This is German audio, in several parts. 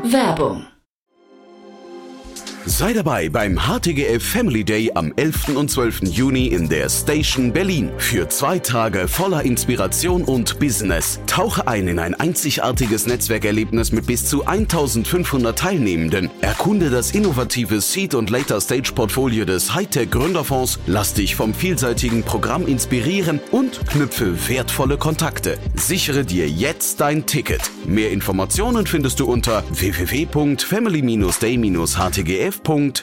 Werbung. Sei dabei beim HTGF Family Day am 11. und 12. Juni in der Station Berlin. Für 2 Tage voller Inspiration und Business. Tauche ein in ein einzigartiges Netzwerkerlebnis mit bis zu 1500 Teilnehmenden. Erkunde das innovative Seed- und Later-Stage-Portfolio des Hightech-Gründerfonds. Lass dich vom vielseitigen Programm inspirieren und knüpfe wertvolle Kontakte. Sichere dir jetzt dein Ticket. Mehr Informationen findest du unter www.family-day-htgf.de.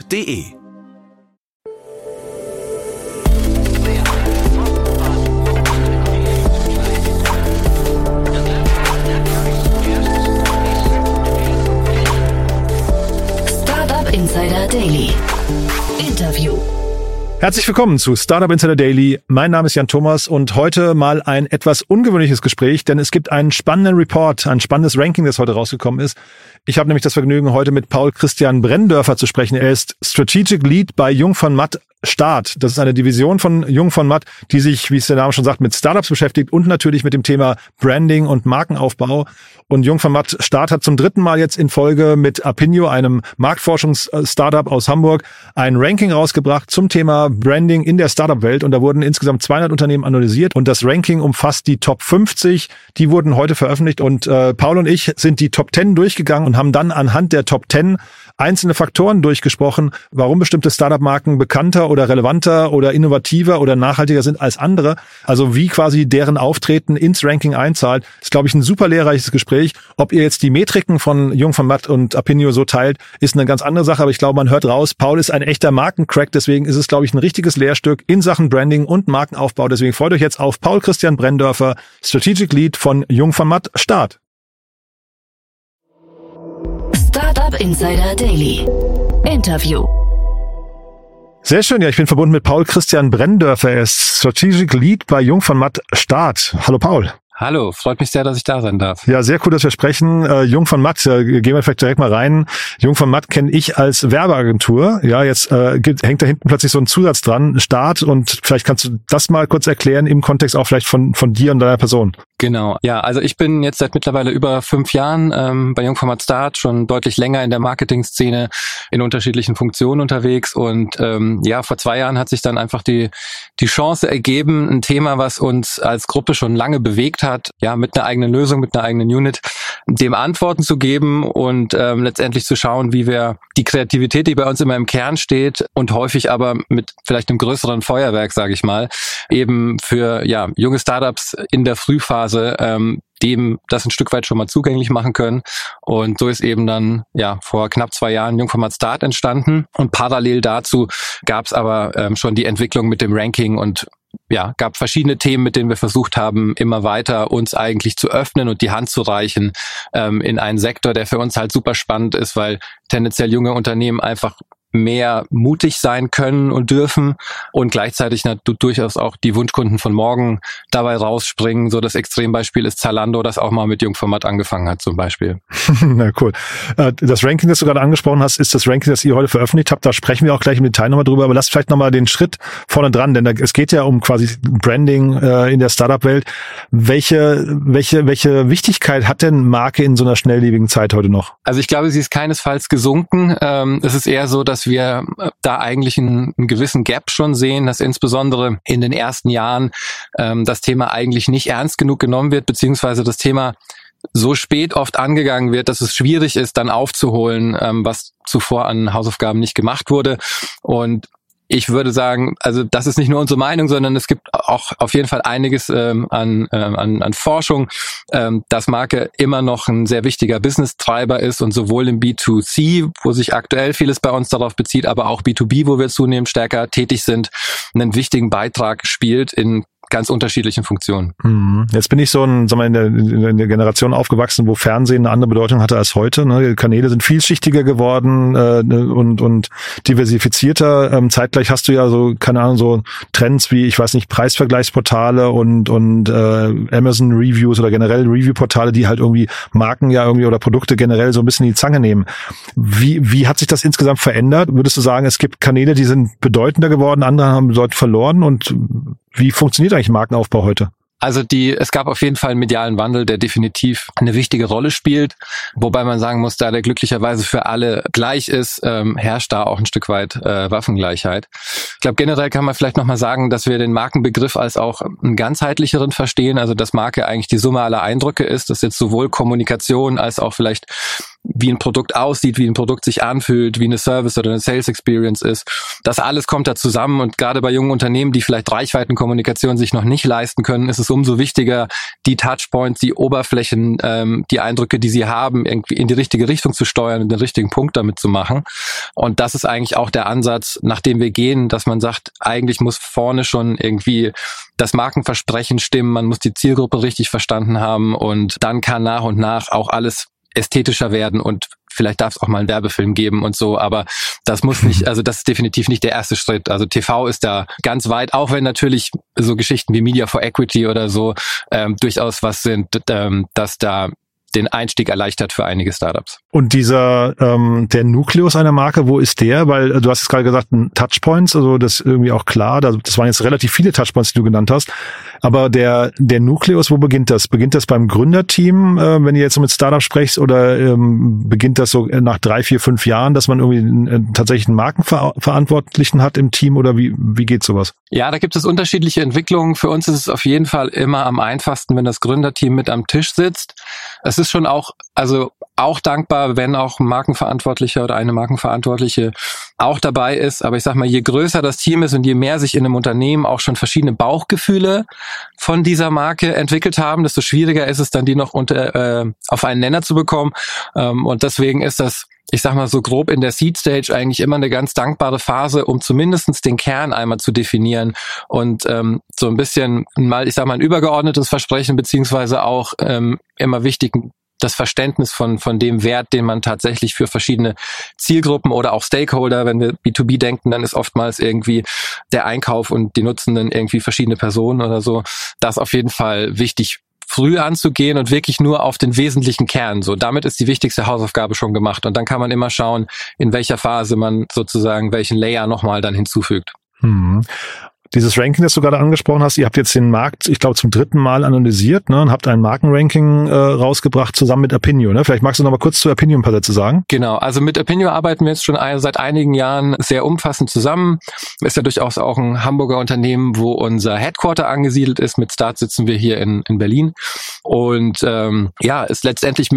Startup Insider Daily. Interview. Herzlich willkommen zu Startup Insider Daily. Mein Name ist Jan Thomas und heute mal ein etwas ungewöhnliches Gespräch, denn es gibt einen spannenden Report, ein spannendes Ranking, das heute rausgekommen ist. Ich habe nämlich das Vergnügen, heute mit Paul Christian Brenndörfer zu sprechen. Er ist Strategic Lead bei Jung von Matt Start. Das ist eine Division von Jung von Matt, die sich, wie es der Name schon sagt, mit Startups beschäftigt und natürlich mit dem Thema Branding und Markenaufbau. Und Jung von Matt Start hat zum 3. Mal jetzt in Folge mit Apinio, einem Marktforschungs-Startup aus Hamburg, ein Ranking rausgebracht zum Thema Branding in der Startup-Welt. Und da wurden insgesamt 200 Unternehmen analysiert und das Ranking umfasst die Top 50. Die wurden heute veröffentlicht und Paul und ich sind die Top 10 durchgegangen und haben dann anhand der Top 10 einzelne Faktoren durchgesprochen, warum bestimmte Startup-Marken bekannter oder relevanter oder innovativer oder nachhaltiger sind als andere. Also wie quasi deren Auftreten ins Ranking einzahlt. Ist, glaube ich, ein super lehrreiches Gespräch. Ob ihr jetzt die Metriken von Jung von Matt und Apinio so teilt, ist eine ganz andere Sache. Aber ich glaube, man hört raus, Paul ist ein echter Markencrack. Deswegen ist es, glaube ich, ein richtiges Lehrstück in Sachen Branding und Markenaufbau. Deswegen freut euch jetzt auf Paul Christian Brenndörfer, Strategic Lead von Jung von Matt Start. Startup Insider Daily. Interview. Sehr schön, ja, ich bin verbunden mit Paul Christian Brenndörfer. Er ist Strategic Lead bei Jung von Matt Start. Hallo Paul. Hallo, freut mich sehr, dass ich da sein darf. Ja, sehr cool, dass wir sprechen. Jung von Matt, gehen wir vielleicht direkt mal rein. Jung von Matt kenne ich als Werbeagentur. Ja, jetzt hängt da hinten plötzlich so ein Zusatz dran, Start, und vielleicht kannst du das mal kurz erklären im Kontext auch vielleicht von dir und deiner Person. Genau, ja, also ich bin jetzt seit mittlerweile über 5 Jahren bei Jung von Matt Start, schon deutlich länger in der Marketing-Szene in unterschiedlichen Funktionen unterwegs und ja, vor 2 Jahren hat sich dann einfach die Chance ergeben, ein Thema, was uns als Gruppe schon lange bewegt hat, ja, mit einer eigenen Lösung, mit einer eigenen Unit, dem Antworten zu geben und letztendlich zu schauen, wie wir die Kreativität, die bei uns immer im Kern steht und häufig aber mit vielleicht einem größeren Feuerwerk, sage ich mal, eben für ja junge Startups in der Frühphase dem das ein Stück weit schon mal zugänglich machen können. Und so ist eben dann ja vor knapp 2 Jahren Jung von Matt Start entstanden. Und parallel dazu gab es aber schon die Entwicklung mit dem Ranking und ja, gab verschiedene Themen, mit denen wir versucht haben, immer weiter uns eigentlich zu öffnen und die Hand zu reichen in einen Sektor, der für uns halt super spannend ist, weil tendenziell junge Unternehmen einfach mehr mutig sein können und dürfen und gleichzeitig durchaus auch die Wunschkunden von morgen dabei rausspringen. So das Extrembeispiel ist Zalando, das auch mal mit Jung von Matt angefangen hat zum Beispiel. Na cool. Das Ranking, das du gerade angesprochen hast, ist das Ranking, das ihr heute veröffentlicht habt. Da sprechen wir auch gleich im Detail nochmal drüber, aber lass vielleicht nochmal den Schritt vorne dran, denn es geht ja um quasi Branding in der Startup-Welt. Welche Wichtigkeit hat denn Marke in so einer schnelllebigen Zeit heute noch? Also ich glaube, sie ist keinesfalls gesunken. Es ist eher so, dass wir da eigentlich einen gewissen Gap schon sehen, dass insbesondere in den ersten Jahren das Thema eigentlich nicht ernst genug genommen wird, beziehungsweise das Thema so spät oft angegangen wird, dass es schwierig ist, dann aufzuholen, was zuvor an Hausaufgaben nicht gemacht wurde. Und ich würde sagen, also das ist nicht nur unsere Meinung, sondern es gibt auch auf jeden Fall einiges an Forschung, dass Marke immer noch ein sehr wichtiger Business-Treiber ist und sowohl im B2C, wo sich aktuell vieles bei uns darauf bezieht, aber auch B2B, wo wir zunehmend stärker tätig sind, einen wichtigen Beitrag spielt in ganz unterschiedlichen Funktionen. Jetzt bin ich so in der Generation aufgewachsen, wo Fernsehen eine andere Bedeutung hatte als heute. Die Kanäle sind vielschichtiger geworden und diversifizierter. Zeitgleich hast du ja so, keine Ahnung, so Trends wie, ich weiß nicht, Preisvergleichsportale und Amazon Reviews oder generell Review-Portale, die halt irgendwie Marken ja irgendwie oder Produkte generell so ein bisschen in die Zange nehmen. Wie hat sich das insgesamt verändert? Würdest du sagen, es gibt Kanäle, die sind bedeutender geworden, andere haben bedeutend verloren, und wie funktioniert eigentlich Markenaufbau heute? Also es gab auf jeden Fall einen medialen Wandel, der definitiv eine wichtige Rolle spielt, wobei man sagen muss, da der glücklicherweise für alle gleich ist, herrscht da auch ein Stück weit Waffengleichheit. Ich glaube, generell kann man vielleicht nochmal sagen, dass wir den Markenbegriff als auch einen ganzheitlicheren verstehen, also dass Marke eigentlich die Summe aller Eindrücke ist, dass jetzt sowohl Kommunikation als auch vielleicht wie ein Produkt aussieht, wie ein Produkt sich anfühlt, wie eine Service oder eine Sales Experience ist. Das alles kommt da zusammen und gerade bei jungen Unternehmen, die vielleicht Reichweitenkommunikation sich noch nicht leisten können, ist es umso wichtiger, die Touchpoints, die Oberflächen, die Eindrücke, die sie haben, irgendwie in die richtige Richtung zu steuern und den richtigen Punkt damit zu machen. Und das ist eigentlich auch der Ansatz, nach dem wir gehen, dass man sagt, eigentlich muss vorne schon irgendwie das Markenversprechen stimmen, man muss die Zielgruppe richtig verstanden haben und dann kann nach und nach auch alles ästhetischer werden und vielleicht darf es auch mal einen Werbefilm geben und so, aber das muss nicht, also das ist definitiv nicht der erste Schritt. Also TV ist da ganz weit, auch wenn natürlich so Geschichten wie Media for Equity oder so durchaus was sind, dass da den Einstieg erleichtert für einige Startups. Und dieser, der Nukleus einer Marke, wo ist der? Weil du hast jetzt gerade gesagt, Touchpoints, also das ist irgendwie auch klar, das waren jetzt relativ viele Touchpoints, die du genannt hast, aber der Nukleus, wo beginnt das? Beginnt das beim Gründerteam, wenn ihr jetzt so mit Startups sprecht, oder beginnt das so nach 3, 4, 5 Jahren, dass man irgendwie tatsächlich einen Markenverantwortlichen hat im Team, oder wie geht sowas? Ja, da gibt es unterschiedliche Entwicklungen. Für uns ist es auf jeden Fall immer am einfachsten, wenn das Gründerteam mit am Tisch sitzt. Es ist schon auch dankbar, wenn auch ein Markenverantwortlicher oder eine Markenverantwortliche auch dabei ist. Aber ich sag mal, je größer das Team ist und je mehr sich in einem Unternehmen auch schon verschiedene Bauchgefühle von dieser Marke entwickelt haben, desto schwieriger ist es dann, die noch auf einen Nenner zu bekommen. Und deswegen ist das, ich sag mal so grob in der Seed Stage eigentlich immer eine ganz dankbare Phase, um zumindestens den Kern einmal zu definieren und so ein bisschen mal, ich sag mal, ein übergeordnetes Versprechen beziehungsweise auch immer wichtig das Verständnis von dem Wert, den man tatsächlich für verschiedene Zielgruppen oder auch Stakeholder, wenn wir B2B denken, dann ist oftmals irgendwie der Einkauf und die Nutzenden irgendwie verschiedene Personen oder so. Das ist auf jeden Fall wichtig, früh anzugehen und wirklich nur auf den wesentlichen Kern. So, damit ist die wichtigste Hausaufgabe schon gemacht. Und dann kann man immer schauen, in welcher Phase man sozusagen welchen Layer nochmal dann hinzufügt. Dieses Ranking, das du gerade angesprochen hast, ihr habt jetzt den Markt, ich glaube, zum 3. Mal analysiert, ne, und habt ein Markenranking rausgebracht zusammen mit Apinio. Ne? Vielleicht magst du noch mal kurz zu Apinio ein paar Sätze sagen. Genau, also mit Apinio arbeiten wir jetzt schon seit einigen Jahren sehr umfassend zusammen. Ist ja durchaus auch ein Hamburger Unternehmen, wo unser Headquarter angesiedelt ist. Mit Start sitzen wir hier in Berlin. Und ist letztendlich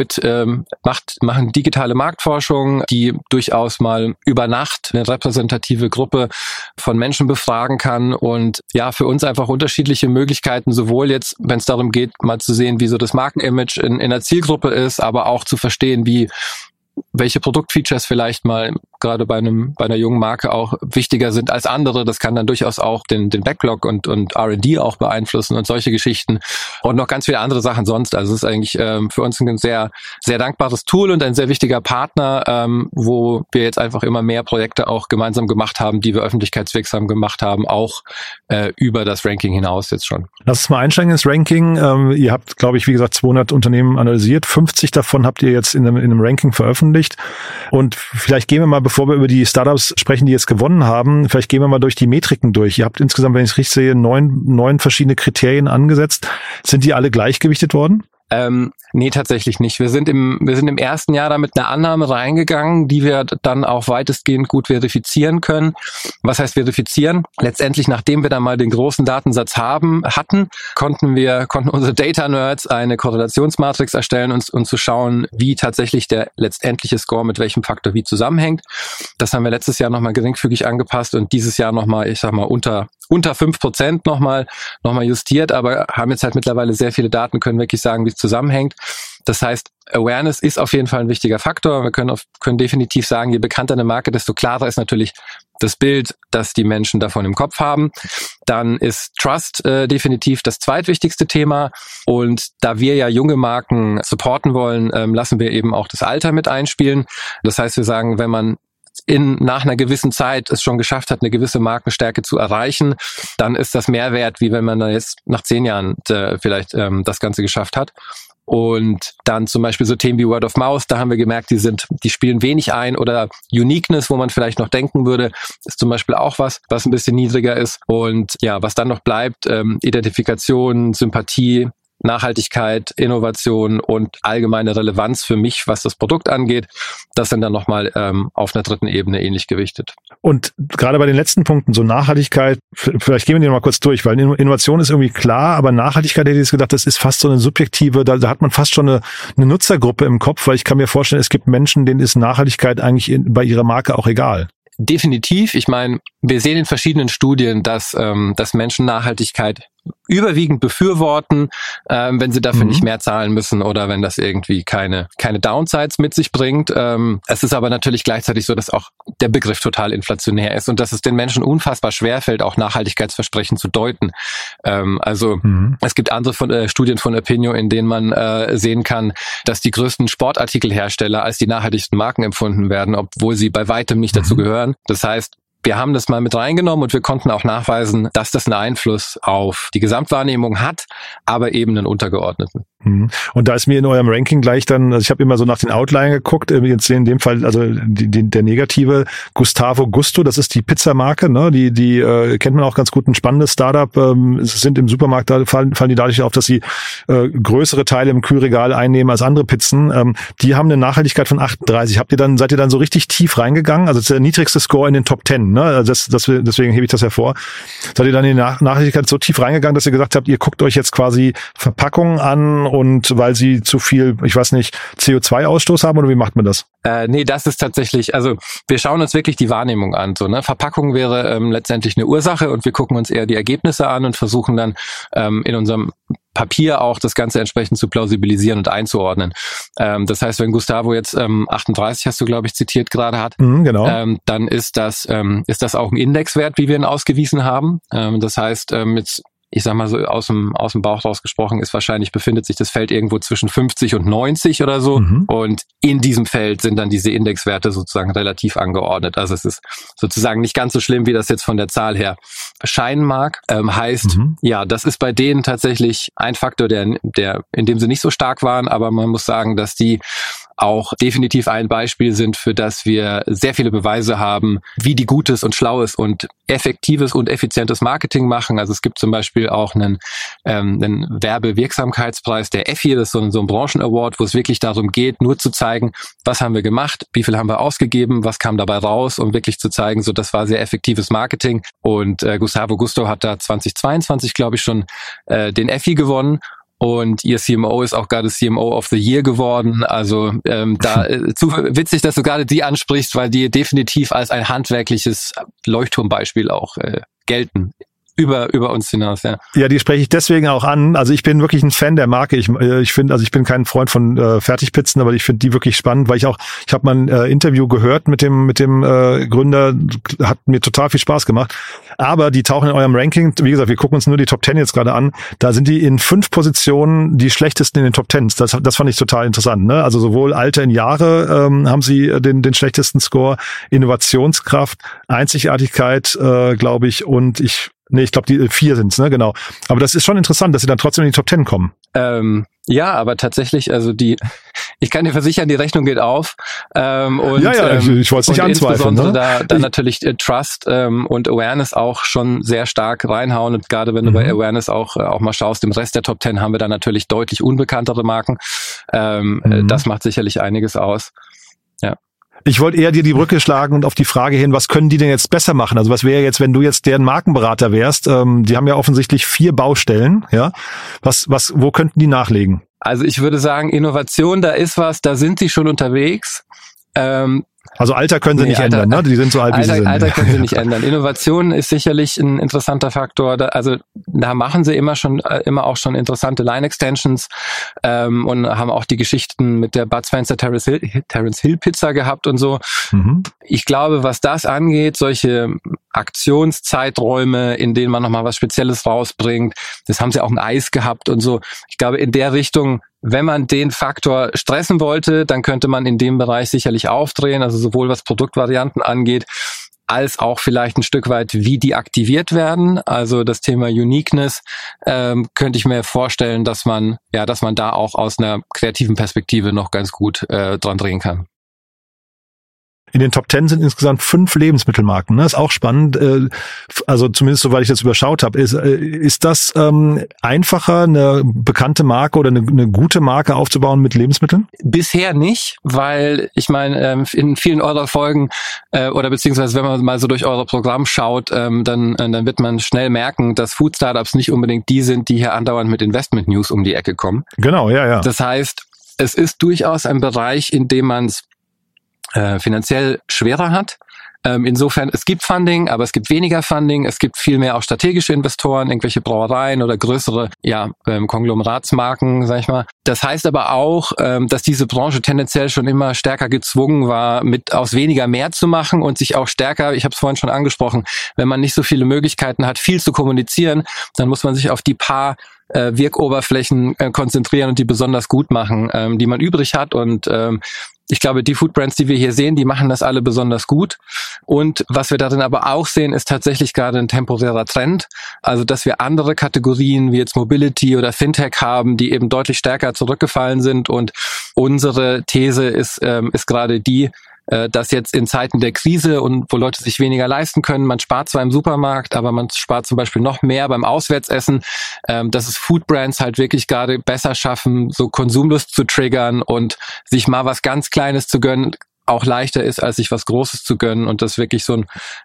machen digitale Marktforschung, die durchaus mal über Nacht eine repräsentative Gruppe von Menschen befragen kann. Und ja, für uns einfach unterschiedliche Möglichkeiten, sowohl jetzt, wenn es darum geht, mal zu sehen, wie so das Markenimage in der Zielgruppe ist, aber auch zu verstehen, welche Produktfeatures vielleicht mal gerade bei einer jungen Marke auch wichtiger sind als andere. Das kann dann durchaus auch den Backlog und R&D auch beeinflussen und solche Geschichten und noch ganz viele andere Sachen sonst. Also es ist eigentlich für uns ein sehr, sehr dankbares Tool und ein sehr wichtiger Partner, wo wir jetzt einfach immer mehr Projekte auch gemeinsam gemacht haben, die wir öffentlichkeitswirksam gemacht haben, auch über das Ranking hinaus jetzt schon. Lass uns mal einsteigen ins Ranking. Ihr habt, glaube ich, wie gesagt, 200 Unternehmen analysiert. 50 davon habt ihr jetzt in einem Ranking veröffentlicht. Und vielleicht gehen wir mal, bevor wir über die Startups sprechen, die jetzt gewonnen haben, vielleicht gehen wir mal durch die Metriken durch. Ihr habt insgesamt, wenn ich es richtig sehe, 9 verschiedene Kriterien angesetzt. Sind die alle gleichgewichtet worden? Nee, tatsächlich nicht. Wir sind im ersten Jahr da mit einer Annahme reingegangen, die wir dann auch weitestgehend gut verifizieren können. Was heißt verifizieren? Letztendlich, nachdem wir dann mal den großen Datensatz hatten, konnten unsere Data Nerds eine Korrelationsmatrix erstellen und zu schauen, wie tatsächlich der letztendliche Score mit welchem Faktor wie zusammenhängt. Das haben wir letztes Jahr nochmal geringfügig angepasst und dieses Jahr nochmal, ich sag mal, unter 5% nochmal justiert, aber haben jetzt halt mittlerweile sehr viele Daten, können wirklich sagen, wie es zusammenhängt. Das heißt, Awareness ist auf jeden Fall ein wichtiger Faktor. Wir können definitiv sagen, je bekannter eine Marke, desto klarer ist natürlich das Bild, das die Menschen davon im Kopf haben. Dann ist Trust definitiv das zweitwichtigste Thema. Und da wir ja junge Marken supporten wollen, lassen wir eben auch das Alter mit einspielen. Das heißt, wir sagen, wenn man nach einer gewissen Zeit es schon geschafft hat, eine gewisse Markenstärke zu erreichen, dann ist das mehr wert, wie wenn man da jetzt nach 10 Jahren vielleicht das Ganze geschafft hat. Und dann zum Beispiel so Themen wie Word of Mouth, da haben wir gemerkt, die spielen wenig ein, oder Uniqueness, wo man vielleicht noch denken würde, ist zum Beispiel auch was ein bisschen niedriger ist. Und ja, was dann noch bleibt, Identifikation, Sympathie, Nachhaltigkeit, Innovation und allgemeine Relevanz für mich, was das Produkt angeht, das sind dann nochmal auf einer dritten Ebene ähnlich gewichtet. Und gerade bei den letzten Punkten, so Nachhaltigkeit, vielleicht gehen wir die noch mal kurz durch, weil Innovation ist irgendwie klar, aber Nachhaltigkeit, hätte ich jetzt gedacht, das ist fast so eine subjektive, da hat man fast schon eine Nutzergruppe im Kopf, weil ich kann mir vorstellen, es gibt Menschen, denen ist Nachhaltigkeit eigentlich bei ihrer Marke auch egal. Definitiv. Ich meine, wir sehen in verschiedenen Studien, dass Menschen Nachhaltigkeit überwiegend befürworten, wenn sie dafür nicht mehr zahlen müssen oder wenn das irgendwie keine Downsides mit sich bringt. Es ist aber natürlich gleichzeitig so, dass auch der Begriff total inflationär ist und dass es den Menschen unfassbar schwerfällt, auch Nachhaltigkeitsversprechen zu deuten. Es gibt andere Studien von Opinio, in denen man sehen kann, dass die größten Sportartikelhersteller als die nachhaltigsten Marken empfunden werden, obwohl sie bei weitem nicht dazu gehören. Das heißt, wir haben das mal mit reingenommen und wir konnten auch nachweisen, dass das einen Einfluss auf die Gesamtwahrnehmung hat, aber eben einen untergeordneten. Und da ist mir in eurem Ranking gleich dann, also ich habe immer so nach den Outliern geguckt, jetzt in dem Fall, also der negative Gustavo Gusto, das ist die Pizzamarke, ne? Die kennt man auch ganz gut, ein spannendes Startup, sind im Supermarkt, da fallen die dadurch auf, dass sie größere Teile im Kühlregal einnehmen als andere Pizzen. Die haben eine Nachhaltigkeit von 38. Seid ihr dann so richtig tief reingegangen? Also das ist der niedrigste Score in den Top 10, ne? Also deswegen hebe ich das hervor. Seid ihr dann in die Nachhaltigkeit so tief reingegangen, dass ihr gesagt habt, ihr guckt euch jetzt quasi Verpackungen an, und weil sie zu viel, ich weiß nicht, CO2-Ausstoß haben, oder wie macht man das? Nee, das ist tatsächlich, also wir schauen uns wirklich die Wahrnehmung an. So, ne? Verpackung wäre letztendlich eine Ursache und wir gucken uns eher die Ergebnisse an und versuchen dann in unserem Papier auch das Ganze entsprechend zu plausibilisieren und einzuordnen. Das heißt, wenn Gustavo jetzt 38, hast du, glaube ich, zitiert gerade hat, genau. Dann ist das auch ein Indexwert, wie wir ihn ausgewiesen haben. Das heißt, jetzt ich sag mal so aus dem Bauch rausgesprochen, befindet sich das Feld irgendwo zwischen 50 und 90 oder so. Und in diesem Feld sind dann diese Indexwerte sozusagen relativ angeordnet. Also es ist sozusagen nicht ganz so schlimm, wie das jetzt von der Zahl her scheinen mag. Ja, das ist bei denen tatsächlich ein Faktor, der in dem sie nicht so stark waren, aber man muss sagen, dass die auch definitiv ein Beispiel sind, für das wir sehr viele Beweise haben, wie die gutes und schlaues und effektives und effizientes Marketing machen. Also es gibt zum Beispiel auch einen Werbewirksamkeitspreis, der EFI, das ist so ein Branchen-Award, wo es wirklich darum geht, nur zu zeigen, was haben wir gemacht, wie viel haben wir ausgegeben, was kam dabei raus, um wirklich zu zeigen, so das war sehr effektives Marketing. Und Gustavo Gusto hat da 2022, glaube ich, schon den EFI gewonnen. Und ihr CMO ist auch gerade CMO of the Year geworden. Also witzig, dass du gerade die ansprichst, weil die definitiv als ein handwerkliches Leuchtturmbeispiel auch gelten. Über uns hinaus, ja. Ja, die spreche ich deswegen auch an. Also ich bin wirklich ein Fan der Marke. Ich finde, also ich bin kein Freund von Fertigpizzen, aber ich finde die wirklich spannend, weil ich habe mal ein Interview gehört mit dem Gründer, hat mir total viel Spaß gemacht. Aber die tauchen in eurem Ranking, wie gesagt, wir gucken uns nur die Top 10 jetzt gerade an, da sind die in 5 Positionen die schlechtesten in den Top 10. Das fand ich total interessant, ne? Also sowohl Alter in Jahre haben sie den schlechtesten Score, Innovationskraft, Einzigartigkeit, glaube ich, und ich glaube, die 4 sind's, ne, genau. Aber das ist schon interessant, dass sie dann trotzdem in die Top 10 kommen. Ja, aber tatsächlich, also ich kann dir versichern, die Rechnung geht auf. Ich wollte es nicht anzweifeln. Insbesondere da natürlich Trust und Awareness auch schon sehr stark reinhauen. Und gerade wenn du bei Awareness auch mal schaust, im Rest der Top 10 haben wir da natürlich deutlich unbekanntere Marken. Das macht sicherlich einiges aus. Ja. Ich wollte eher dir die Brücke schlagen und auf die Frage hin, was können die denn jetzt besser machen? Also was wäre jetzt, wenn du jetzt deren Markenberater wärst? Die haben ja offensichtlich 4 Baustellen, ja. Wo könnten die nachlegen? Also ich würde sagen, Innovation, da ist was, da sind sie schon unterwegs. Also Alter können sie nicht ändern, ne? Die sind so alt, wie sie sind. Alter können sie nicht ändern. Innovation ist sicherlich ein interessanter Faktor. Da machen sie immer auch schon interessante Line-Extensions und haben auch die Geschichten mit der Bud Spencer Terence Hill Pizza gehabt und so. Ich glaube, was das angeht, solche Aktionszeiträume, in denen man nochmal was Spezielles rausbringt, das haben sie auch ein Eis gehabt und so. Ich glaube, in der Richtung, wenn man den Faktor stressen wollte, dann könnte man in dem Bereich sicherlich aufdrehen, also sowohl was Produktvarianten angeht, als auch vielleicht ein Stück weit, wie die aktiviert werden. Also das Thema Uniqueness könnte ich mir vorstellen, dass man da auch aus einer kreativen Perspektive noch ganz gut dran drehen kann. In den Top 10 sind insgesamt 5 Lebensmittelmarken. Ne? Ist auch spannend. Also zumindest soweit ich das überschaut habe. Ist das einfacher, eine bekannte Marke oder eine gute Marke aufzubauen mit Lebensmitteln? Bisher nicht, weil ich meine, in vielen eurer Folgen oder beziehungsweise wenn man mal so durch euer Programm schaut, dann wird man schnell merken, dass Food-Startups nicht unbedingt die sind, die hier andauernd mit Investment-News um die Ecke kommen. Genau, ja. Das heißt, es ist durchaus ein Bereich, in dem man es finanziell schwerer hat. Insofern, es gibt Funding, aber es gibt weniger Funding. Es gibt viel mehr auch strategische Investoren, irgendwelche Brauereien oder größere Konglomeratsmarken, sag ich mal. Das heißt aber auch, dass diese Branche tendenziell schon immer stärker gezwungen war, aus weniger mehr zu machen und sich auch stärker, ich habe es vorhin schon angesprochen, wenn man nicht so viele Möglichkeiten hat, viel zu kommunizieren, dann muss man sich auf die paar Wirkoberflächen konzentrieren und die besonders gut machen, die man übrig hat. Und ich glaube, die Foodbrands, die wir hier sehen, die machen das alle besonders gut. Und was wir darin aber auch sehen, ist tatsächlich gerade ein temporärer Trend. Also, dass wir andere Kategorien wie jetzt Mobility oder Fintech haben, die eben deutlich stärker zurückgefallen sind. Und unsere These ist gerade die, dass jetzt in Zeiten der Krise und wo Leute sich weniger leisten können, man spart zwar im Supermarkt, aber man spart zum Beispiel noch mehr beim Auswärtsessen, dass es Foodbrands halt wirklich gerade besser schaffen, so Konsumlust zu triggern und sich mal was ganz Kleines zu gönnen, auch leichter ist, als sich was Großes zu gönnen und das wirklich so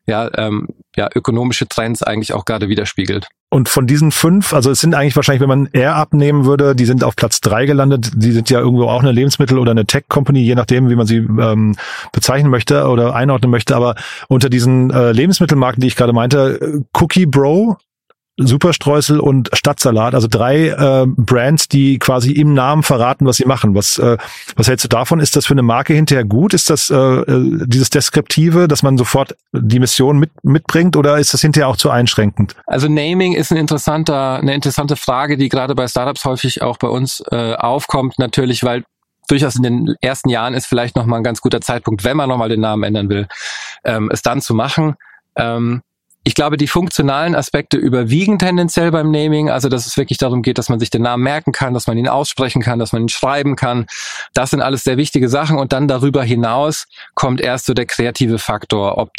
ein ökonomische Trends eigentlich auch gerade widerspiegelt. Und von diesen 5, also es sind eigentlich wahrscheinlich, wenn man Air abnehmen würde, die sind auf Platz 3 gelandet. Die sind ja irgendwo auch eine Lebensmittel- oder eine Tech-Company, je nachdem, wie man sie bezeichnen möchte oder einordnen möchte. Aber unter diesen Lebensmittelmarken, die ich gerade meinte, Cookie Bro, Superstreusel und Stadtsalat, also 3 Brands, die quasi im Namen verraten, was sie machen. Was hältst du davon? Ist das für eine Marke hinterher gut? Ist das dieses Deskriptive, dass man sofort die Mission mitbringt, oder ist das hinterher auch zu einschränkend? Also Naming ist eine interessante Frage, die gerade bei Startups häufig auch bei uns aufkommt, natürlich, weil durchaus in den ersten Jahren ist vielleicht nochmal ein ganz guter Zeitpunkt, wenn man nochmal den Namen ändern will, es dann zu machen. Ich glaube, die funktionalen Aspekte überwiegen tendenziell beim Naming, also dass es wirklich darum geht, dass man sich den Namen merken kann, dass man ihn aussprechen kann, dass man ihn schreiben kann. Das sind alles sehr wichtige Sachen und dann darüber hinaus kommt erst so der kreative Faktor, ob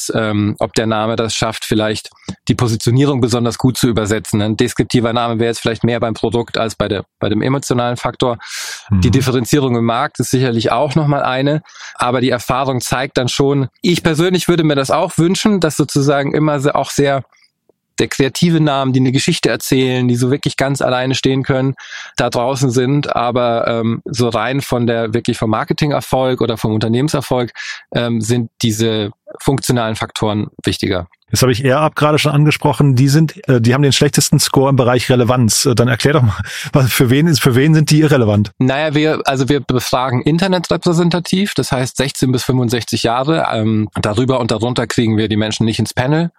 der Name das schafft, vielleicht die Positionierung besonders gut zu übersetzen. Ein deskriptiver Name wäre jetzt vielleicht mehr beim Produkt als bei dem emotionalen Faktor. Die Differenzierung im Markt ist sicherlich auch nochmal eine, aber die Erfahrung zeigt dann schon, ich persönlich würde mir das auch wünschen, dass sozusagen immer auch sehr der kreative Namen, die eine Geschichte erzählen, die so wirklich ganz alleine stehen können, da draußen sind, aber so rein vom Marketingerfolg oder vom Unternehmenserfolg sind diese funktionalen Faktoren wichtiger. Jetzt habe ich AirUp gerade schon angesprochen, die haben den schlechtesten Score im Bereich Relevanz. Dann erklär doch mal, für wen sind die irrelevant? Naja, wir befragen internetrepräsentativ, das heißt 16 bis 65 Jahre. Darüber und darunter kriegen wir die Menschen nicht ins Panel.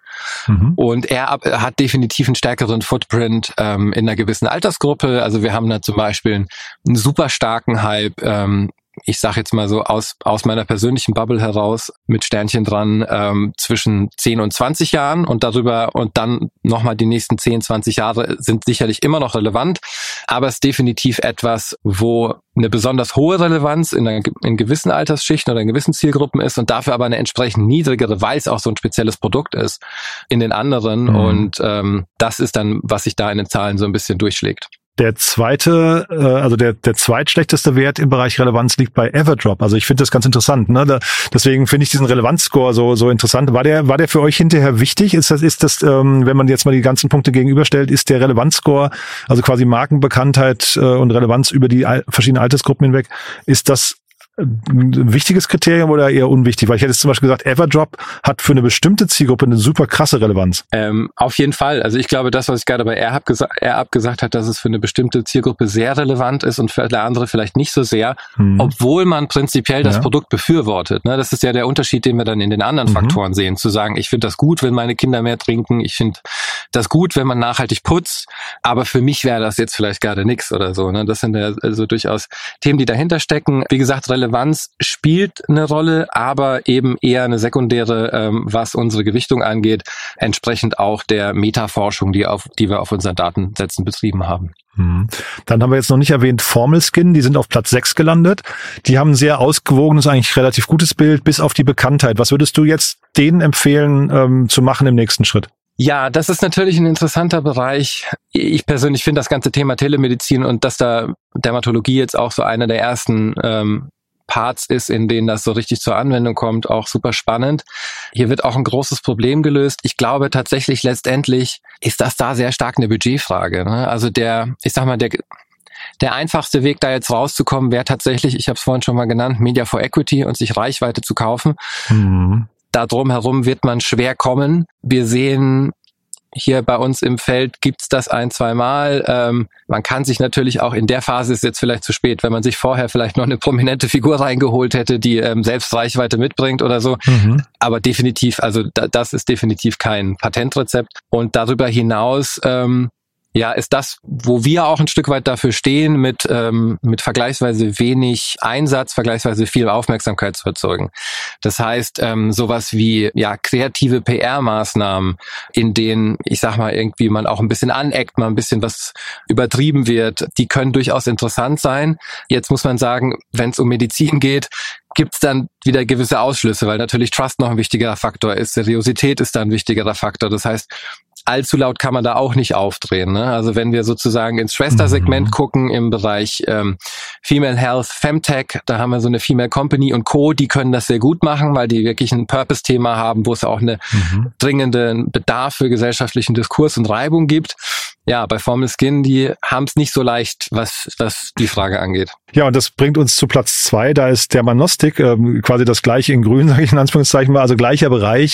Und AirUp hat definitiv einen stärkeren Footprint in einer gewissen Altersgruppe. Also wir haben da zum Beispiel einen super starken Hype, ich sage jetzt mal so aus meiner persönlichen Bubble heraus mit Sternchen dran, zwischen 10 und 20 Jahren und darüber und dann nochmal die nächsten 10, 20 Jahre sind sicherlich immer noch relevant, aber es ist definitiv etwas, wo eine besonders hohe Relevanz in gewissen Altersschichten oder in gewissen Zielgruppen ist und dafür aber eine entsprechend niedrigere, weil es auch so ein spezielles Produkt ist, in den anderen und das ist dann, was sich da in den Zahlen so ein bisschen durchschlägt. Der zweite, also der zweitschlechteste Wert im Bereich Relevanz liegt bei Everdrop. Also ich finde das ganz interessant. Ne? Deswegen finde ich diesen Relevanzscore so interessant. War der für euch hinterher wichtig? Ist das, wenn man jetzt mal die ganzen Punkte gegenüberstellt, ist der Relevanzscore, also quasi Markenbekanntheit und Relevanz über die verschiedenen Altersgruppen hinweg, ist das ein wichtiges Kriterium oder eher unwichtig? Weil ich hätte jetzt zum Beispiel gesagt, Everdrop hat für eine bestimmte Zielgruppe eine super krasse Relevanz. Auf jeden Fall. Also ich glaube, das, was ich gerade bei AirUp gesagt habe, dass es für eine bestimmte Zielgruppe sehr relevant ist und für alle andere vielleicht nicht so sehr, obwohl man prinzipiell das Produkt befürwortet. Ne? Das ist ja der Unterschied, den wir dann in den anderen Faktoren sehen. Zu sagen, ich finde das gut, wenn meine Kinder mehr trinken, ich finde das gut, wenn man nachhaltig putzt, aber für mich wäre das jetzt vielleicht gerade nichts oder so. Ne? Das sind ja also durchaus Themen, die dahinter stecken. Wie gesagt, Relevanz spielt eine Rolle, aber eben eher eine sekundäre, was unsere Gewichtung angeht, entsprechend auch der Metaforschung, die wir auf unseren Datensätzen betrieben haben. Dann haben wir jetzt noch nicht erwähnt Formelskin, die sind auf Platz 6 gelandet. Die haben ein sehr ausgewogenes, eigentlich relativ gutes Bild, bis auf die Bekanntheit. Was würdest du jetzt denen empfehlen, zu machen im nächsten Schritt? Ja, das ist natürlich ein interessanter Bereich. Ich persönlich finde das ganze Thema Telemedizin und dass da Dermatologie jetzt auch so einer der ersten Parts ist, in denen das so richtig zur Anwendung kommt, auch super spannend. Hier wird auch ein großes Problem gelöst. Ich glaube tatsächlich letztendlich ist das da sehr stark eine Budgetfrage, ne? Also der einfachste Weg, da jetzt rauszukommen, wäre tatsächlich, ich habe es vorhin schon mal genannt, Media for Equity und sich Reichweite zu kaufen. Da drumherum wird man schwer kommen. Wir sehen hier bei uns im Feld gibt's das 1-2 Mal. Man kann sich natürlich auch in der Phase, ist jetzt vielleicht zu spät, wenn man sich vorher vielleicht noch eine prominente Figur reingeholt hätte, die selbst Reichweite mitbringt oder so. Aber definitiv, also das ist definitiv kein Patentrezept. Und darüber hinaus ist das, wo wir auch ein Stück weit dafür stehen, mit vergleichsweise wenig Einsatz, vergleichsweise viel Aufmerksamkeit zu erzeugen. Das heißt, sowas wie kreative PR-Maßnahmen, in denen, ich sag mal, irgendwie man auch ein bisschen aneckt, mal ein bisschen was übertrieben wird, die können durchaus interessant sein. Jetzt muss man sagen, wenn es um Medizin geht, gibt's dann wieder gewisse Ausschlüsse, weil natürlich Trust noch ein wichtigerer Faktor ist, Seriosität ist da ein wichtigerer Faktor. Das heißt, allzu laut kann man da auch nicht aufdrehen, ne? Also wenn wir sozusagen ins Schwestersegment gucken im Bereich Female Health, Femtech, da haben wir so eine Female Company und Co., die können das sehr gut machen, weil die wirklich ein Purpose-Thema haben, wo es auch eine dringende Bedarf für gesellschaftlichen Diskurs und Reibung gibt. Ja, bei Formelskin, die haben es nicht so leicht, was die Frage angeht. Ja, und das bringt uns zu Platz 2, da ist Dermanostik, quasi das gleiche in grün, sage ich in Anführungszeichen mal, also gleicher Bereich.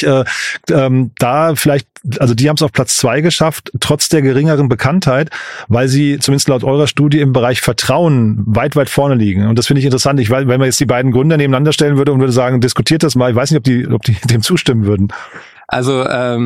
Da vielleicht, also die haben es auf Platz 2 geschafft, trotz der geringeren Bekanntheit, weil sie zumindest laut eurer Studie im Bereich Vertrauen weit vorne liegen. Und das finde ich interessant. Wenn man jetzt die beiden Gründer nebeneinander stellen würde und würde sagen, diskutiert das mal, ich weiß nicht, ob die dem zustimmen würden. Also,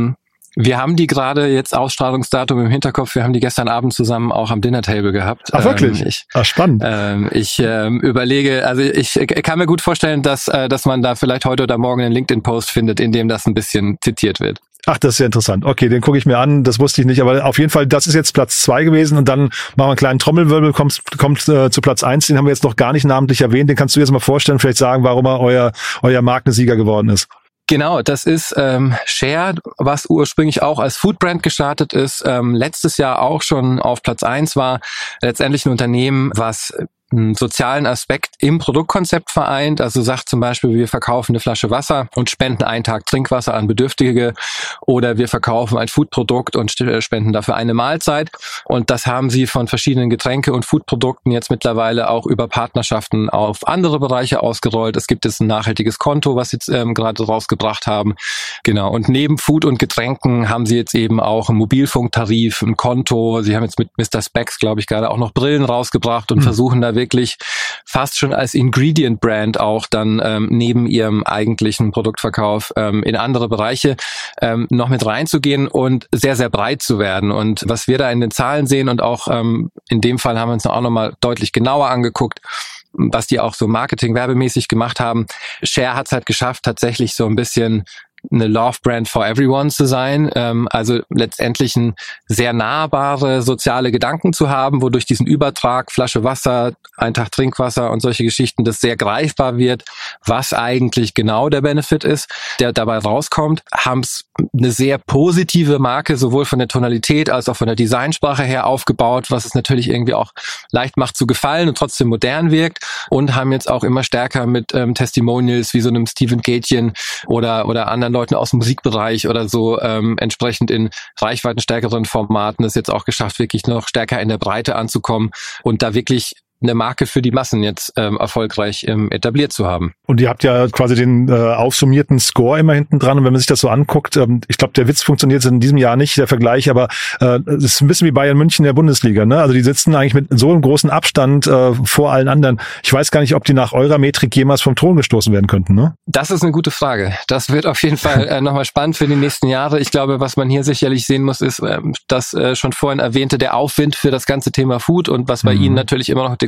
wir haben die gerade jetzt Ausstrahlungsdatum im Hinterkopf. Wir haben die gestern Abend zusammen auch am Dinner-Table gehabt. Ach, wirklich? Spannend. Ich überlege, also ich kann mir gut vorstellen, dass man da vielleicht heute oder morgen einen LinkedIn-Post findet, in dem das ein bisschen zitiert wird. Ach, das ist ja interessant. Okay, den gucke ich mir an. Das wusste ich nicht. Aber auf jeden Fall, das ist jetzt Platz 2 gewesen. Und dann machen wir einen kleinen Trommelwirbel, kommt zu Platz 1. Den haben wir jetzt noch gar nicht namentlich erwähnt. Den kannst du jetzt mal vorstellen, vielleicht sagen, warum er euer Markensieger geworden ist. Genau, das ist Share, was ursprünglich auch als Foodbrand gestartet ist, letztes Jahr auch schon auf Platz 1 war, letztendlich ein Unternehmen, was einen sozialen Aspekt im Produktkonzept vereint. Also sagt zum Beispiel, wir verkaufen eine Flasche Wasser und spenden einen Tag Trinkwasser an Bedürftige, oder wir verkaufen ein Foodprodukt und spenden dafür eine Mahlzeit. Und das haben sie von verschiedenen Getränke- und Foodprodukten jetzt mittlerweile auch über Partnerschaften auf andere Bereiche ausgerollt. Es gibt jetzt ein nachhaltiges Konto, was sie jetzt gerade rausgebracht haben. Genau. Und neben Food und Getränken haben sie jetzt eben auch einen Mobilfunktarif, ein Konto. Sie haben jetzt mit Mr. Specs, glaube ich, gerade auch noch Brillen rausgebracht und versuchen da wirklich fast schon als Ingredient-Brand auch dann neben ihrem eigentlichen Produktverkauf in andere Bereiche noch mit reinzugehen und sehr, sehr breit zu werden. Und was wir da in den Zahlen sehen und auch in dem Fall haben wir uns auch nochmal deutlich genauer angeguckt, was die auch so marketing-werbemäßig gemacht haben. Share hat es halt geschafft, tatsächlich so ein bisschen eine Love-Brand for everyone zu sein, also letztendlich ein sehr nahbare soziale Gedanken zu haben, wodurch diesen Übertrag, Flasche Wasser, ein Tag Trinkwasser und solche Geschichten, das sehr greifbar wird, was eigentlich genau der Benefit ist, der dabei rauskommt, haben es eine sehr positive Marke, sowohl von der Tonalität als auch von der Designsprache her aufgebaut, was es natürlich irgendwie auch leicht macht zu gefallen und trotzdem modern wirkt, und haben jetzt auch immer stärker mit Testimonials wie so einem Stephen Gätjen oder anderen Leuten aus dem Musikbereich oder so entsprechend in reichweitenstärkeren Formaten es jetzt auch geschafft, wirklich noch stärker in der Breite anzukommen und da wirklich eine Marke für die Massen jetzt erfolgreich etabliert zu haben. Und ihr habt ja quasi den aufsummierten Score immer hinten dran. Und wenn man sich das so anguckt, ich glaube, der Witz funktioniert in diesem Jahr nicht, der Vergleich, aber es ist ein bisschen wie Bayern München der Bundesliga, ne? Also die sitzen eigentlich mit so einem großen Abstand vor allen anderen. Ich weiß gar nicht, ob die nach eurer Metrik jemals vom Thron gestoßen werden könnten, ne? Das ist eine gute Frage. Das wird auf jeden Fall nochmal spannend für die nächsten Jahre. Ich glaube, was man hier sicherlich sehen muss, ist das schon vorhin erwähnte, der Aufwind für das ganze Thema Food und was bei Ihnen natürlich immer noch den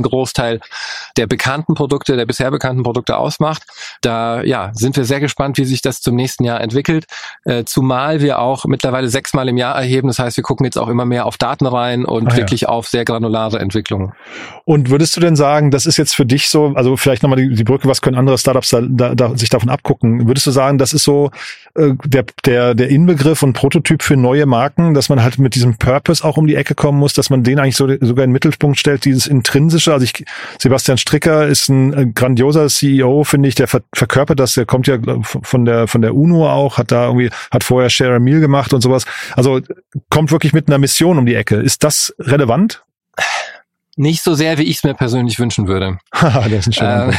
den Großteil der bisher bekannten Produkte ausmacht. Da sind wir sehr gespannt, wie sich das zum nächsten Jahr entwickelt. Zumal wir auch mittlerweile 6-mal im Jahr erheben. Das heißt, wir gucken jetzt auch immer mehr auf Daten rein und wirklich auf sehr granulare Entwicklungen. Und würdest du denn sagen, das ist jetzt für dich so, also vielleicht nochmal die Brücke, was können andere Startups sich davon abgucken? Würdest du sagen, das ist so der Inbegriff und Prototyp für neue Marken, dass man halt mit diesem Purpose auch um die Ecke kommen muss, dass man den eigentlich sogar in den Mittelpunkt stellt, dieses Intrinsische? Also Sebastian Stricker ist ein grandioser CEO, finde ich, der verkörpert das, der kommt ja von der UNO auch, hat vorher Share a Meal gemacht und sowas. Also kommt wirklich mit einer Mission um die Ecke. Ist das relevant? Nicht so sehr, wie ich es mir persönlich wünschen würde. Das ist ein schöner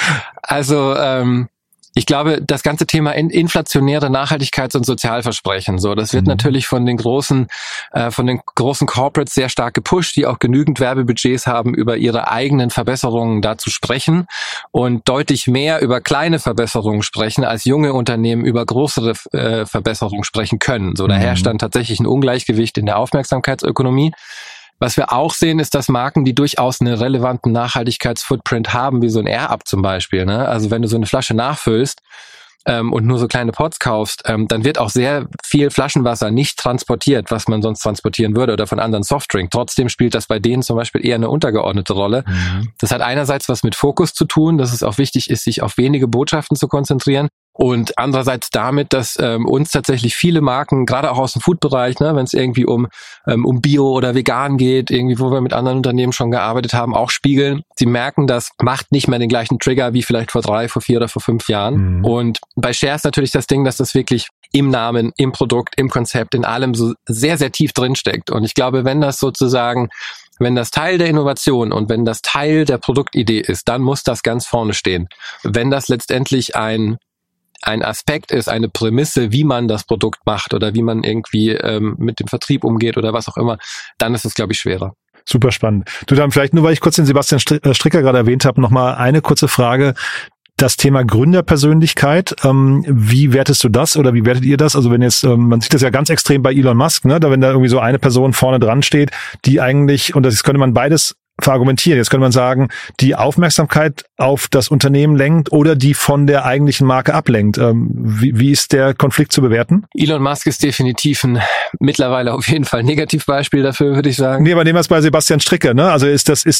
Punkt. Ich glaube, das ganze Thema inflationäre Nachhaltigkeits- und Sozialversprechen, das wird natürlich von den großen Corporates sehr stark gepusht, die auch genügend Werbebudgets haben, über ihre eigenen Verbesserungen da zu sprechen und deutlich mehr über kleine Verbesserungen sprechen, als junge Unternehmen über größere Verbesserungen sprechen können. Da herrscht dann tatsächlich ein Ungleichgewicht in der Aufmerksamkeitsökonomie. Was wir auch sehen, ist, dass Marken, die durchaus einen relevanten Nachhaltigkeitsfootprint haben, wie so ein Air-Up zum Beispiel, ne? Also wenn du so eine Flasche nachfüllst und nur so kleine Pots kaufst, dann wird auch sehr viel Flaschenwasser nicht transportiert, was man sonst transportieren würde oder von anderen Softdrink. Trotzdem spielt das bei denen zum Beispiel eher eine untergeordnete Rolle. Das hat einerseits was mit Fokus zu tun, dass es auch wichtig ist, sich auf wenige Botschaften zu konzentrieren. Und andererseits damit, dass uns tatsächlich viele Marken, gerade auch aus dem Food-Bereich, ne, wenn es irgendwie um Bio oder Vegan geht, irgendwie, wo wir mit anderen Unternehmen schon gearbeitet haben, auch spiegeln. Sie merken, das macht nicht mehr den gleichen Trigger wie vielleicht vor 3, vor 4 oder vor 5 Jahren. Und bei Share ist natürlich das Ding, dass das wirklich im Namen, im Produkt, im Konzept, in allem so sehr, sehr tief drinsteckt. Und ich glaube, wenn das Teil der Innovation und wenn das Teil der Produktidee ist, dann muss das ganz vorne stehen. Wenn das letztendlich ein Aspekt ist, eine Prämisse, wie man das Produkt macht oder wie man irgendwie mit dem Vertrieb umgeht oder was auch immer, dann ist es, glaube ich, schwerer. Super spannend. Du, dann vielleicht nur, weil ich kurz den Sebastian Stricker gerade erwähnt habe, nochmal eine kurze Frage. Das Thema Gründerpersönlichkeit, wie wertest du das oder wie wertet ihr das? Also wenn jetzt, man sieht das ja ganz extrem bei Elon Musk, ne, da wenn da irgendwie so eine Person vorne dran steht, die eigentlich, und das könnte man beides verargumentieren. Jetzt könnte man sagen, die Aufmerksamkeit auf das Unternehmen lenkt oder die von der eigentlichen Marke ablenkt. Wie ist der Konflikt zu bewerten? Elon Musk ist definitiv mittlerweile auf jeden Fall ein Negativbeispiel dafür, würde ich sagen. Nee, aber nehmen wir es bei Sebastian Stricker, ne? Also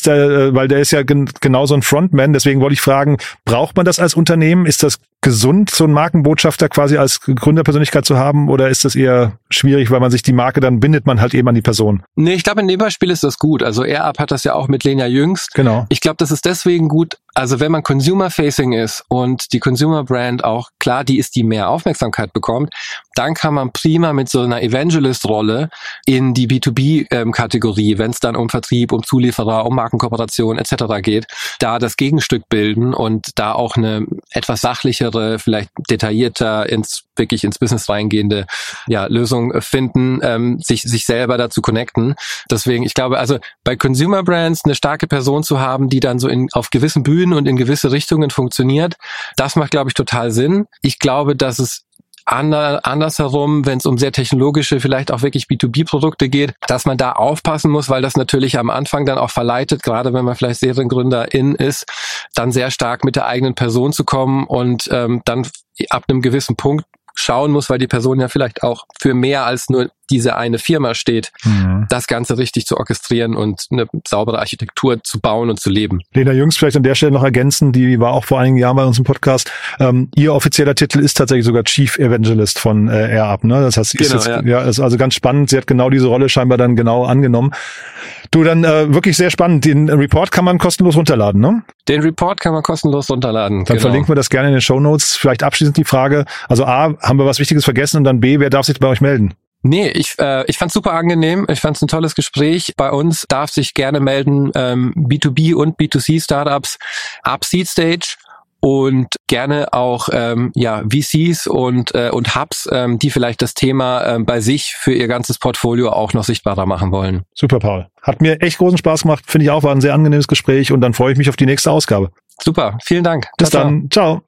weil der ist ja genau so ein Frontman, deswegen wollte ich fragen, braucht man das als Unternehmen? Ist das gesund, so einen Markenbotschafter quasi als Gründerpersönlichkeit zu haben, oder ist das eher schwierig, weil man sich die Marke, dann bindet man halt eben an die Person? Nee, ich glaube, in dem Beispiel ist das gut. Also Air-Up hat das ja auch mit Lena Jüngst. Genau. Ich glaube, das ist deswegen gut, also wenn man Consumer-Facing ist und die Consumer-Brand auch, klar, die mehr Aufmerksamkeit bekommt, dann kann man prima mit so einer Evangelist-Rolle in die B2B-Kategorie, wenn es dann um Vertrieb, um Zulieferer, um Markenkooperation etc. geht, da das Gegenstück bilden und da auch eine etwas sachlichere, vielleicht detaillierter, wirklich ins Business reingehende Lösung finden, sich selber dazu connecten. Deswegen, ich glaube, also bei Consumer Brands eine starke Person zu haben, die dann so auf gewissen Bühnen und in gewisse Richtungen funktioniert, das macht, glaube ich, total Sinn. Ich glaube, dass es andersherum, wenn es um sehr technologische, vielleicht auch wirklich B2B-Produkte geht, dass man da aufpassen muss, weil das natürlich am Anfang dann auch verleitet, gerade wenn man vielleicht Seriengründerin ist, dann sehr stark mit der eigenen Person zu kommen und dann ab einem gewissen Punkt schauen muss, weil die Person ja vielleicht auch für mehr als nur diese eine Firma steht, das Ganze richtig zu orchestrieren und eine saubere Architektur zu bauen und zu leben. Lena Jüngst vielleicht an der Stelle noch ergänzen, die war auch vor einigen Jahren bei uns im Podcast. Ihr offizieller Titel ist tatsächlich sogar Chief Evangelist von Air-Up, ne? Das heißt, ist also ganz spannend. Sie hat genau diese Rolle scheinbar dann genau angenommen. Du, dann wirklich sehr spannend. Den Report kann man kostenlos runterladen, ne? Den Report kann man kostenlos runterladen. Dann verlinken wir das gerne in den Shownotes. Vielleicht abschließend die Frage, also A, haben wir was Wichtiges vergessen, und dann B, wer darf sich bei euch melden? Nee, ich fand's super angenehm. Ich fand's ein tolles Gespräch. Bei uns darf sich gerne melden B2B und B2C Startups ab Seed Stage und gerne auch VCs und Hubs, die vielleicht das Thema bei sich für ihr ganzes Portfolio auch noch sichtbarer machen wollen. Super, Paul. Hat mir echt großen Spaß gemacht. Finde ich auch, war ein sehr angenehmes Gespräch, und dann freue ich mich auf die nächste Ausgabe. Super, vielen Dank. Bis dann. Ciao.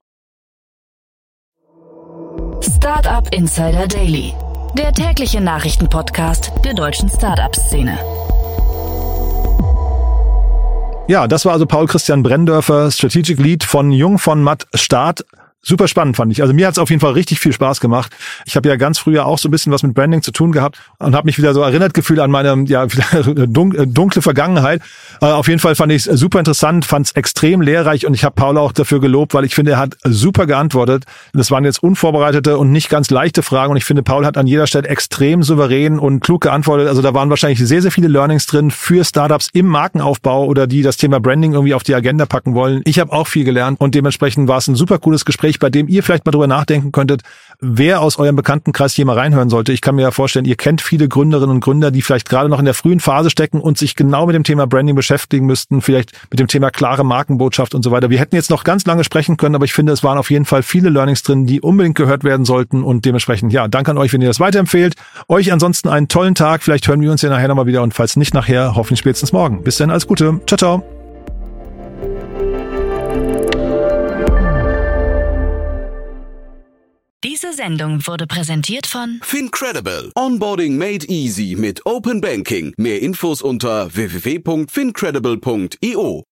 Startup Insider Daily, der tägliche Nachrichtenpodcast der deutschen Startup-Szene. Ja, das war also Paul Christian Brenndörfer, Strategic Lead von Jung von Matt Start. Super spannend fand ich. Also mir hat es auf jeden Fall richtig viel Spaß gemacht. Ich habe ja ganz früher auch so ein bisschen was mit Branding zu tun gehabt und habe mich wieder so erinnert gefühlt an meine dunkle Vergangenheit. Auf jeden Fall fand ich es super interessant, fand es extrem lehrreich und ich habe Paul auch dafür gelobt, weil ich finde, er hat super geantwortet. Das waren jetzt unvorbereitete und nicht ganz leichte Fragen und ich finde, Paul hat an jeder Stelle extrem souverän und klug geantwortet. Also da waren wahrscheinlich sehr, sehr viele Learnings drin für Startups im Markenaufbau oder die das Thema Branding irgendwie auf die Agenda packen wollen. Ich habe auch viel gelernt und dementsprechend war es ein super cooles Gespräch, bei dem ihr vielleicht mal drüber nachdenken könntet, wer aus eurem Bekanntenkreis hier mal reinhören sollte. Ich kann mir ja vorstellen, ihr kennt viele Gründerinnen und Gründer, die vielleicht gerade noch in der frühen Phase stecken und sich genau mit dem Thema Branding beschäftigen müssten, vielleicht mit dem Thema klare Markenbotschaft und so weiter. Wir hätten jetzt noch ganz lange sprechen können, aber ich finde, es waren auf jeden Fall viele Learnings drin, die unbedingt gehört werden sollten und dementsprechend, ja, danke an euch, wenn ihr das weiterempfehlt. Euch ansonsten einen tollen Tag. Vielleicht hören wir uns ja nachher nochmal wieder und falls nicht nachher, hoffentlich spätestens morgen. Bis dann, alles Gute. Ciao, ciao. Diese Sendung wurde präsentiert von Fincredible. Onboarding made easy mit Open Banking. Mehr Infos unter www.fincredible.io.